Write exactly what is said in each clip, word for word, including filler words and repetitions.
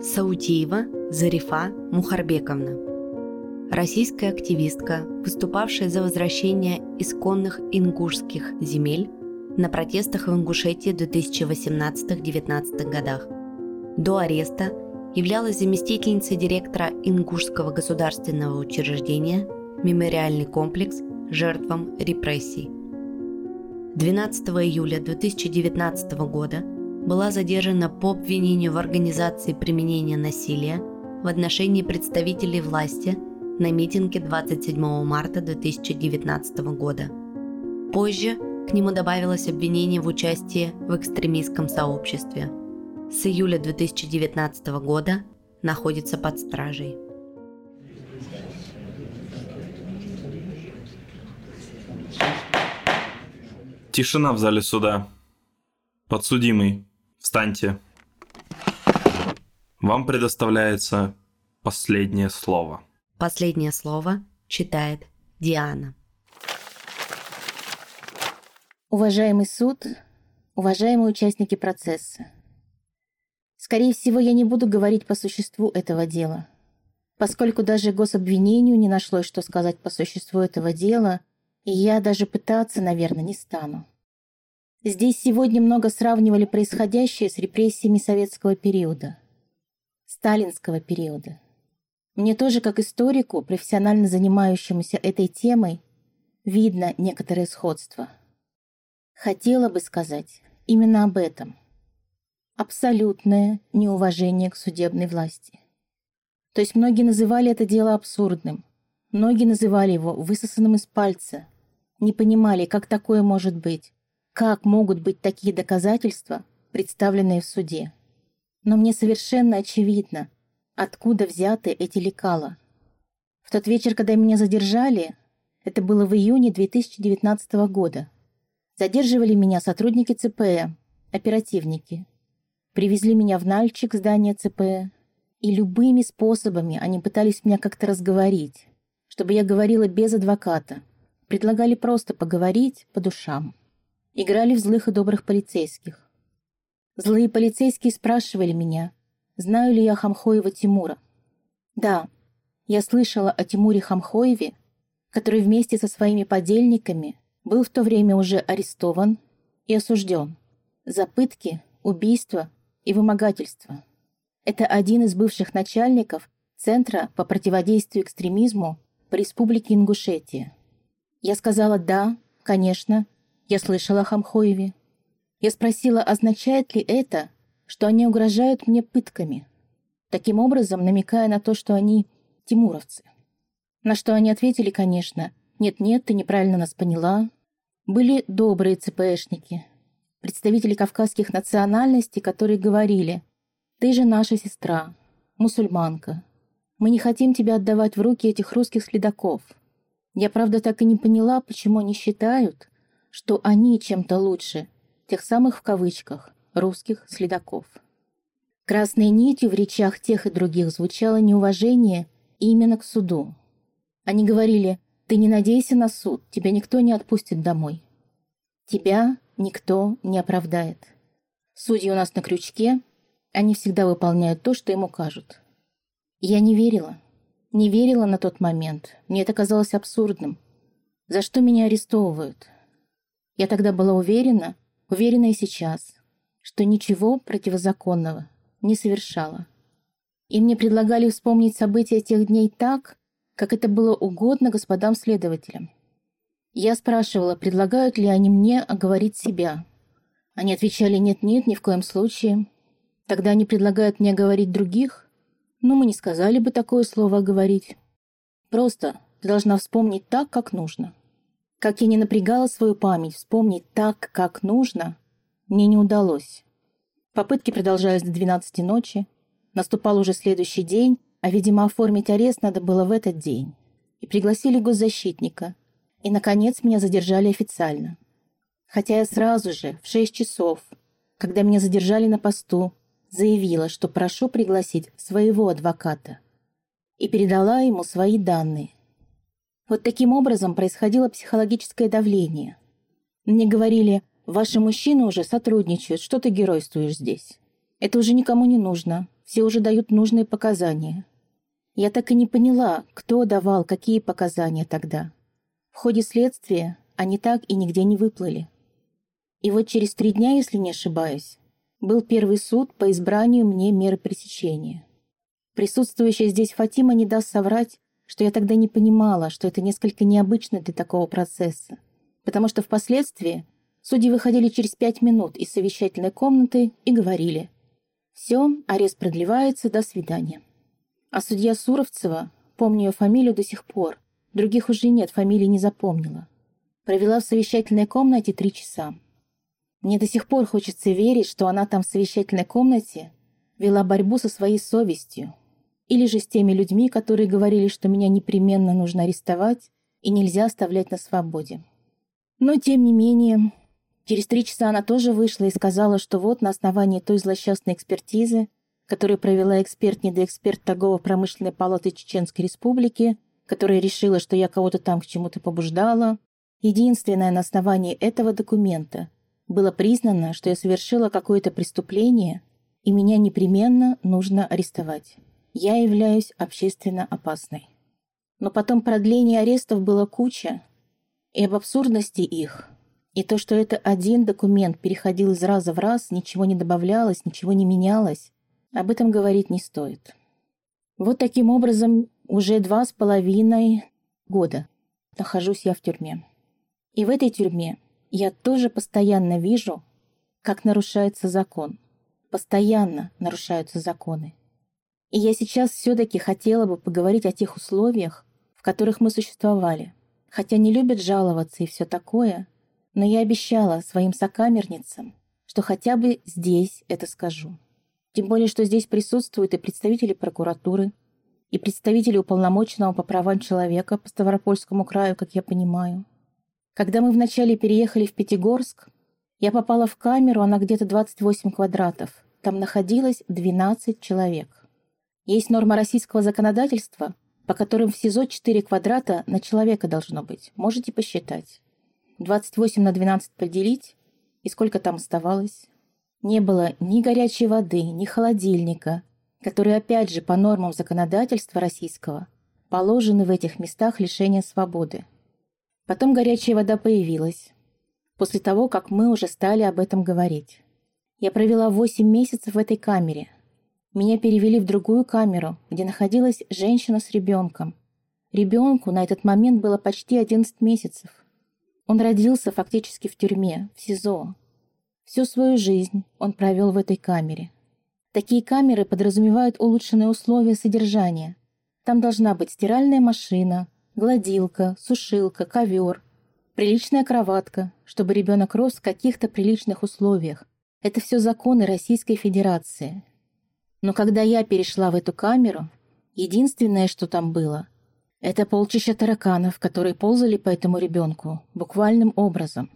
Саутиева Зарифа Мухарбековна. Российская активистка, выступавшая за возвращение исконных ингушских земель на протестах в Ингушетии в две тысячи восемнадцатом-девятнадцатом годах. До ареста являлась заместительницей директора Ингушского государственного учреждения «Мемориальный комплекс жертвам репрессий». двенадцатого июля две тысячи девятнадцатого года была задержана по обвинению в организации применения насилия в отношении представителей власти на митинге двадцать седьмого марта две тысячи девятнадцатого года. Позже к нему добавилось обвинение в участии в экстремистском сообществе. С июля две тысячи девятнадцатого года находится под стражей. Тишина в зале суда. Подсудимый, встаньте. Вам предоставляется последнее слово. Последнее слово читает Диана. Уважаемый суд, уважаемые участники процесса. Скорее всего, я не буду говорить по существу этого дела, поскольку даже гособвинению не нашлось, что сказать по существу этого дела, и я даже пытаться, наверное, не стану. Здесь сегодня много сравнивали происходящее с репрессиями советского периода, сталинского периода. Мне тоже, как историку, профессионально занимающемуся этой темой, видно некоторое сходство. Хотела бы сказать именно об этом. Абсолютное неуважение к судебной власти. То есть многие называли это дело абсурдным, многие называли его высосанным из пальца, не понимали, как такое может быть, как могут быть такие доказательства, представленные в суде. Но мне совершенно очевидно, откуда взяты эти лекала. В тот вечер, когда меня задержали, это было в июне две тысячи девятнадцатого года, задерживали меня сотрудники ЦПЭ, оперативники. Привезли меня в Нальчик, здание ЦПЭ, и любыми способами они пытались меня как-то разговорить, чтобы я говорила без адвоката. Предлагали просто поговорить по душам. Играли в злых и добрых полицейских. Злые полицейские спрашивали меня, знаю ли я Хамхоева Тимура. Да, я слышала о Тимуре Хамхоеве, который вместе со своими подельниками был в то время уже арестован и осужден за пытки, убийства и вымогательство. Это один из бывших начальников Центра по противодействию экстремизму по Республике Ингушетия. Я сказала «да, конечно, я слышала о Хамхоеве». Я спросила, означает ли это, что они угрожают мне пытками, таким образом намекая на то, что они тимуровцы. На что они ответили, конечно, «нет-нет, ты неправильно нас поняла». Были добрые ЦПшники, представители кавказских национальностей, которые говорили «ты же наша сестра, мусульманка. Мы не хотим тебя отдавать в руки этих русских следаков». Я, правда, так и не поняла, почему они считают, что они чем-то лучше тех самых в кавычках русских следаков. Красной нитью в речах тех и других звучало неуважение именно к суду. Они говорили «ты не надейся на суд, тебя никто не отпустит домой. Тебя никто не оправдает. Судьи у нас на крючке, они всегда выполняют то, что им укажут». Я не верила. Не верила на тот момент. Мне это казалось абсурдным. За что меня арестовывают? Я тогда была уверена, уверена и сейчас, что ничего противозаконного не совершала. И мне предлагали вспомнить события тех дней так, как это было угодно господам следователям. Я спрашивала, предлагают ли они мне оговорить себя. Они отвечали «нет-нет, ни в коем случае». Тогда они предлагают мне оговорить других? Ну, мы не сказали бы такое слово «оговорить». Просто ты должна вспомнить так, как нужно. Как я не напрягала свою память, вспомнить так, как нужно, мне не удалось. Попытки продолжались до двенадцати ночи. Наступал уже следующий день, а, видимо, оформить арест надо было в этот день. И пригласили госзащитника. И, наконец, меня задержали официально. Хотя я сразу же, в шесть часов, когда меня задержали на посту, заявила, что прошу пригласить своего адвоката. И передала ему свои данные. Вот таким образом происходило психологическое давление. Мне говорили, ваши мужчины уже сотрудничают, что ты геройствуешь здесь. Это уже никому не нужно. все уже дают нужные показания. Я так и не поняла, кто давал какие показания тогда. В ходе следствия они так и нигде не выплыли. И вот через три дня, если не ошибаюсь, был первый суд по избранию мне меры пресечения. Присутствующая здесь Фатима не даст соврать, что я тогда не понимала, что это несколько необычно для такого процесса, потому что впоследствии судьи выходили через пять минут из совещательной комнаты и говорили: «Все, арест продлевается, до свидания». А судья Суровцева, помню ее фамилию до сих пор, других уже нет, фамилии не запомнила, провела в совещательной комнате три часа. Мне до сих пор хочется верить, что она там в совещательной комнате вела борьбу со своей совестью, или же с теми людьми, которые говорили, что меня непременно нужно арестовать и нельзя оставлять на свободе. Но, тем не менее, через три часа она тоже вышла и сказала, что вот на основании той злосчастной экспертизы, которую провела эксперт-недоэксперт Торгово-промышленной палаты Чеченской Республики, которая решила, что я кого-то там к чему-то побуждала, единственное на основании этого документа было признано, что я совершила какое-то преступление, и меня непременно нужно арестовать. Я являюсь общественно опасной. Но потом продление арестов было куча, и об абсурдности их, и то, что это один документ переходил из раза в раз, ничего не добавлялось, ничего не менялось, об этом говорить не стоит. Вот таким образом уже два с половиной года нахожусь я в тюрьме. И в этой тюрьме я тоже постоянно вижу, как нарушается закон. Постоянно нарушаются законы. И я сейчас все-таки хотела бы поговорить о тех условиях, в которых мы существовали. Хотя не любят жаловаться и все такое, но я обещала своим сокамерницам, что хотя бы здесь это скажу. Тем более, что здесь присутствуют и представители прокуратуры, и представители уполномоченного по правам человека по Ставропольскому краю, как я понимаю. Когда мы вначале переехали в Пятигорск, я попала в камеру, она где-то двадцать восемь квадратов. Там находилось двенадцать человек. Есть норма российского законодательства, по которым в СИЗО четыре квадрата на человека должно быть. Можете посчитать. двадцать восемь на двенадцать поделить, и сколько там оставалось? Не было ни горячей воды, ни холодильника, которые, опять же, по нормам законодательства российского, положены в этих местах лишения свободы. Потом горячая вода появилась, после того, как мы уже стали об этом говорить. Я провела восемь месяцев в этой камере. Меня перевели в другую камеру, где находилась женщина с ребенком. Ребенку на этот момент было почти одиннадцать месяцев. Он родился фактически в тюрьме, в СИЗО. Всю свою жизнь он провел в этой камере. Такие камеры подразумевают улучшенные условия содержания. Там должна быть стиральная машина, гладилка, сушилка, ковер, приличная кроватка, чтобы ребенок рос в каких-то приличных условиях. Это все законы Российской Федерации. Но когда я перешла в эту камеру, единственное, что там было, это полчища тараканов, которые ползали по этому ребенку буквальным образом.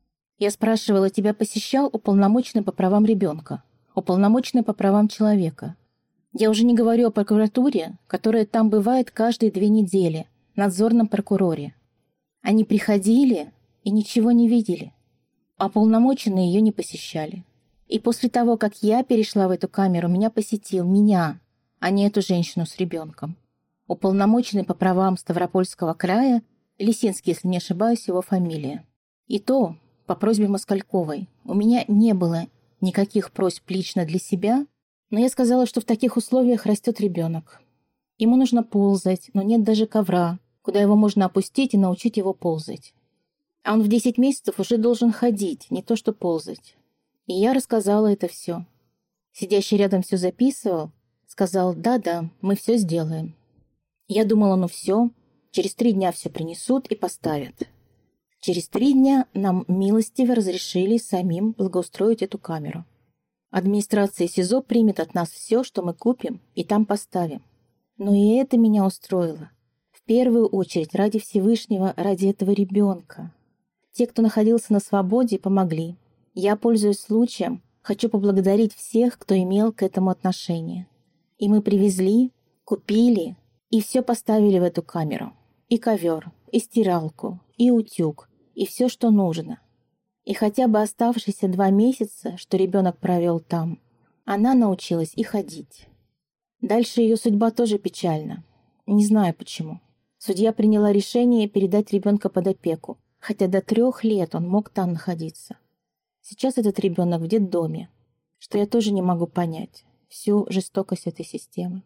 Я спрашивала: тебя посещал уполномоченный по правам ребенка, уполномоченный по правам человека? Я уже не говорю о прокуратуре, которая там бывает каждые две недели, надзорном прокуроре. Они приходили и ничего не видели, а уполномоченные ее не посещали. И после того, как я перешла в эту камеру, меня посетил, меня, а не эту женщину с ребенком, уполномоченный по правам Ставропольского края, Лисинский, если не ошибаюсь, его фамилия. И то по просьбе Москальковой. У меня не было никаких просьб лично для себя, но я сказала, что в таких условиях растет ребенок. Ему нужно ползать, но нет даже ковра, куда его можно опустить и научить его ползать. А он в десять месяцев уже должен ходить, не то что ползать. И я рассказала это все. Сидящий рядом все записывал, сказал: да-да, мы все сделаем. Я думала, ну все, через три дня все принесут и поставят. Через три дня нам милостиво разрешили самим благоустроить эту камеру. Администрация СИЗО примет от нас все, что мы купим, и там поставим. Но и это меня устроило. В первую очередь ради Всевышнего, ради этого ребенка. Те, кто находился на свободе, помогли. Я, пользуясь случаем, хочу поблагодарить всех, кто имел к этому отношение. И мы привезли, купили и все поставили в эту камеру. И ковер, и стиралку, и утюг, и все, что нужно. И хотя бы оставшиеся два месяца, что ребенок провел там, она научилась и ходить. Дальше ее судьба тоже печальна. Не знаю почему. Судья приняла решение передать ребенка под опеку, хотя до трех лет он мог там находиться. Сейчас этот ребенок в детдоме, что я тоже не могу понять всю жестокость этой системы.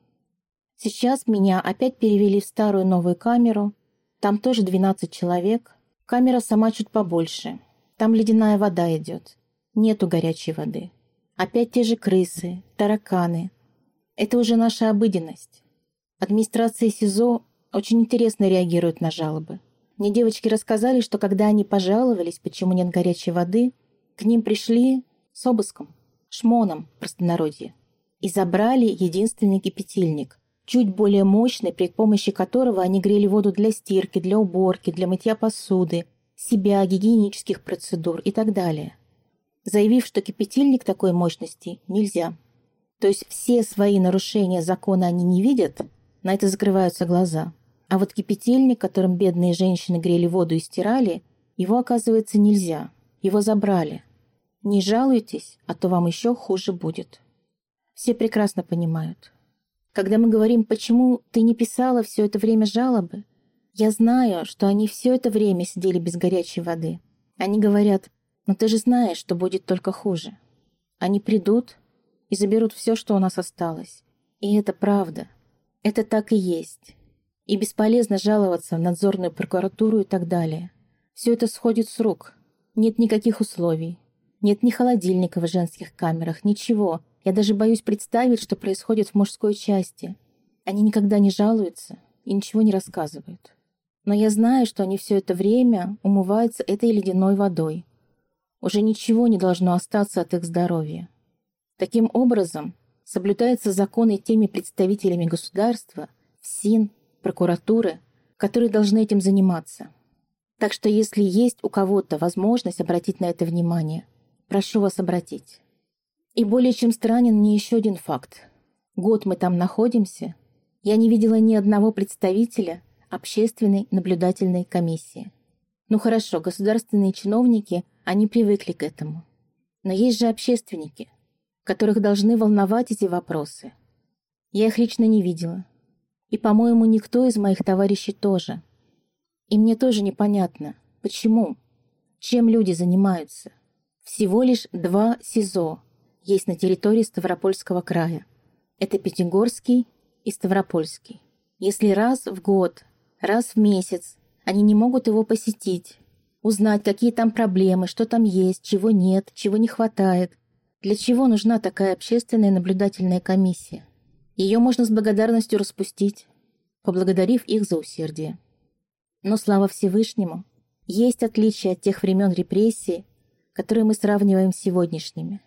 Сейчас меня опять перевели в старую новую камеру. Там тоже двенадцать человек. Камера сама чуть побольше. Там ледяная вода идет. Нету горячей воды. Опять те же крысы, тараканы. Это уже наша обыденность. Администрация СИЗО очень интересно реагирует на жалобы. Мне девочки рассказали, что когда они пожаловались, почему нет горячей воды, к ним пришли с обыском, шмоном в простонародье, и забрали единственный кипятильник, чуть более мощный, при помощи которого они грели воду для стирки, для уборки, для мытья посуды, себя, гигиенических процедур и так далее, заявив, что кипятильник такой мощности нельзя. То есть все свои нарушения закона они не видят, на это закрываются глаза. А вот кипятильник, которым бедные женщины грели воду и стирали, его, оказывается, нельзя. Его забрали. Не жалуйтесь, а то вам еще хуже будет. Все прекрасно понимают. Когда мы говорим, почему ты не писала все это время жалобы, я знаю, что они все это время сидели без горячей воды. Они говорят, но ты же знаешь, что будет только хуже. Они придут и заберут все, что у нас осталось. И это правда. Это так и есть. И бесполезно жаловаться в надзорную прокуратуру и так далее. Все это сходит с рук. Нет никаких условий. Нет ни холодильника в женских камерах, ничего. Я даже боюсь представить, что происходит в мужской части. Они никогда не жалуются и ничего не рассказывают. Но я знаю, что они все это время умываются этой ледяной водой. Уже ничего не должно остаться от их здоровья. Таким образом, соблюдаются законы теми представителями государства, ФСИН, прокуратуры, которые должны этим заниматься. Так что если есть у кого-то возможность обратить на это внимание, прошу вас обратить. И более чем странен мне еще один факт. Год мы там находимся, я не видела ни одного представителя общественной наблюдательной комиссии. Ну хорошо, государственные чиновники, они привыкли к этому. Но есть же общественники, которых должны волновать эти вопросы. Я их лично не видела. И, по-моему, никто из моих товарищей тоже. И мне тоже непонятно, почему, чем люди занимаются. Всего лишь два СИЗО есть на территории Ставропольского края. Это Пятигорский и Ставропольский. Если раз в год, раз в месяц они не могут его посетить, узнать, какие там проблемы, что там есть, чего нет, чего не хватает, для чего нужна такая общественная наблюдательная комиссия? Ее можно с благодарностью распустить, поблагодарив их за усердие. Но, слава Всевышнему, есть отличия от тех времен репрессий, которые мы сравниваем с сегодняшними.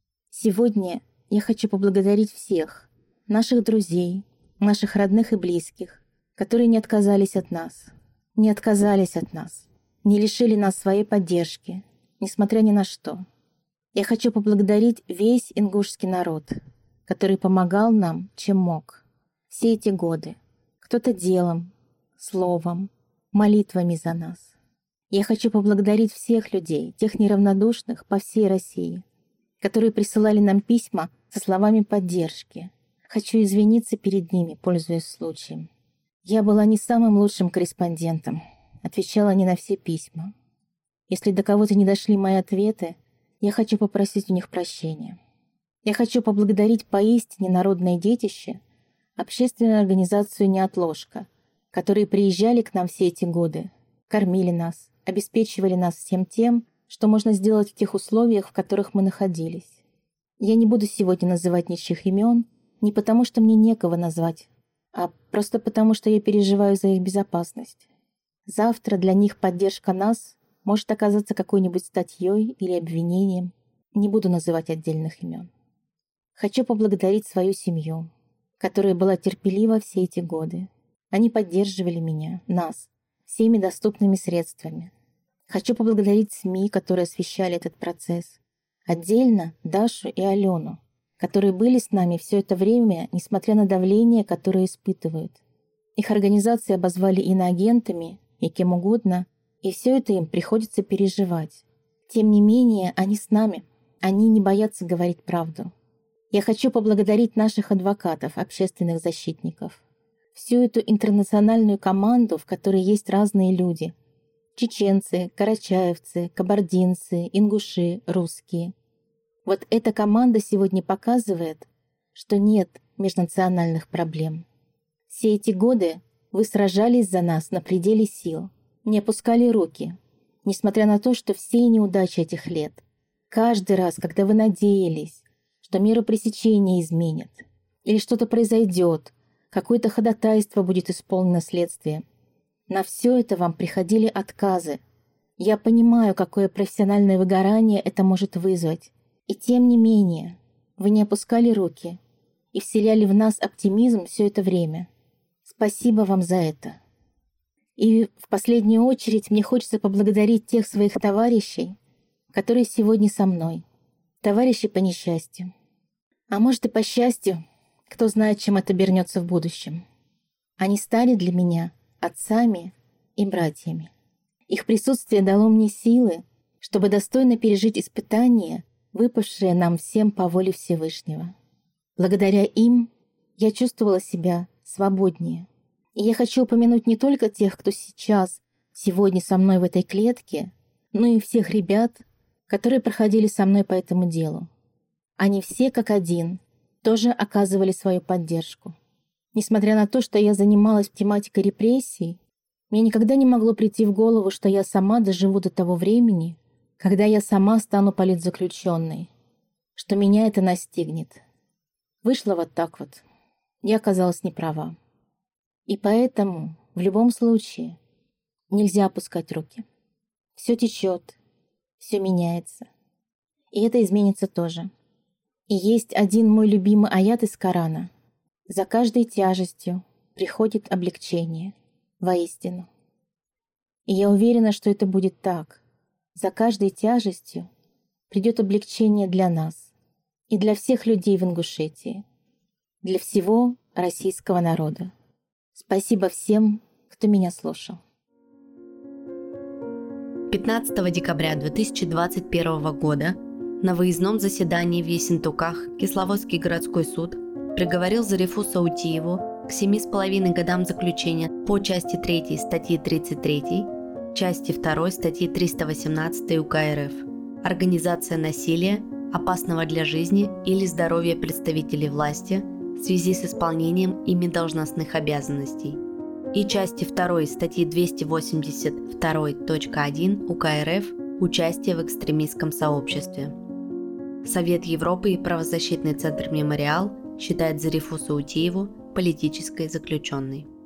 Сегодня я хочу поблагодарить всех, наших друзей, наших родных и близких, которые не отказались от нас, не отказались от нас, не лишили нас своей поддержки, несмотря ни на что. Я хочу поблагодарить весь ингушский народ, который помогал нам, чем мог, все эти годы. Кто-то делом, словом, молитвами за нас. Я хочу поблагодарить всех людей, тех неравнодушных по всей России, которые присылали нам письма со словами поддержки. Хочу извиниться перед ними, пользуясь случаем. Я была не самым лучшим корреспондентом, отвечала не на все письма. Если до кого-то не дошли мои ответы, я хочу попросить у них прощения. Я хочу поблагодарить поистине народное детище, общественную организацию «Неотложка», которые приезжали к нам все эти годы, кормили нас, обеспечивали нас всем тем, что можно сделать в тех условиях, в которых мы находились. Я не буду сегодня называть ничьих имен, не потому что мне некого назвать, а просто потому что я переживаю за их безопасность. Завтра для них поддержка нас может оказаться какой-нибудь статьей или обвинением. Не буду называть отдельных имен. Хочу поблагодарить свою семью, которая была терпелива все эти годы. Они поддерживали меня, нас, всеми доступными средствами. Хочу поблагодарить СМИ, которые освещали этот процесс. Отдельно Дашу и Алену, которые были с нами все это время, несмотря на давление, которое испытывают. Их организации обозвали иноагентами и кем угодно, и все это им приходится переживать. Тем не менее, они с нами. Они не боятся говорить правду. Я хочу поблагодарить наших адвокатов, общественных защитников, всю эту интернациональную команду, в которой есть разные люди. Чеченцы, карачаевцы, кабардинцы, ингуши, русские. Вот эта команда сегодня показывает, что нет межнациональных проблем. Все эти годы вы сражались за нас на пределе сил, не опускали руки, несмотря на то, что все неудачи этих лет. Каждый раз, когда вы надеялись, что меру пресечения изменят, или что-то произойдет, какое-то ходатайство будет исполнено следствием, на все это вам приходили отказы. Я понимаю, какое профессиональное выгорание это может вызвать. И тем не менее, вы не опускали руки и вселяли в нас оптимизм все это время. Спасибо вам за это. И в последнюю очередь мне хочется поблагодарить тех своих товарищей, которые сегодня со мной. Товарищи по несчастью. А может и по счастью, кто знает, чем это обернется в будущем. Они стали для меня отцами и братьями. Их присутствие дало мне силы, чтобы достойно пережить испытания, выпавшие нам всем по воле Всевышнего. Благодаря им я чувствовала себя свободнее. И я хочу упомянуть не только тех, кто сейчас, сегодня со мной в этой клетке, но и всех ребят, которые проходили со мной по этому делу. Они все, как один, тоже оказывали свою поддержку. Несмотря на то, что я занималась тематикой репрессий, мне никогда не могло прийти в голову, что я сама доживу до того времени, когда я сама стану политзаключенной, что меня это настигнет. Вышло вот так вот. Я оказалась не права. И поэтому в любом случае нельзя опускать руки. Все течет, все меняется. И это изменится тоже. И есть один мой любимый аят из Корана. За каждой тяжестью приходит облегчение. Воистину. И я уверена, что это будет так. За каждой тяжестью придет облегчение для нас и для всех людей в Ингушетии, для всего российского народа. Спасибо всем, кто меня слушал. пятнадцатого декабря две тысячи двадцать первого года на выездном заседании в Ессентуках Кисловодский городской суд приговорил Зарифу Саутиеву к семи с половиной годам заключения по части третьей статьи тридцать три, части второй статьи триста восемнадцать УК РФ «Организация насилия, опасного для жизни или здоровья представителей власти в связи с исполнением ими должностных обязанностей» и части второй статьи двести восемьдесят два точка один УК РФ «Участие в экстремистском сообществе». Совет Европы и правозащитный центр «Мемориал» считает Зарифу Саутиеву политической заключенной.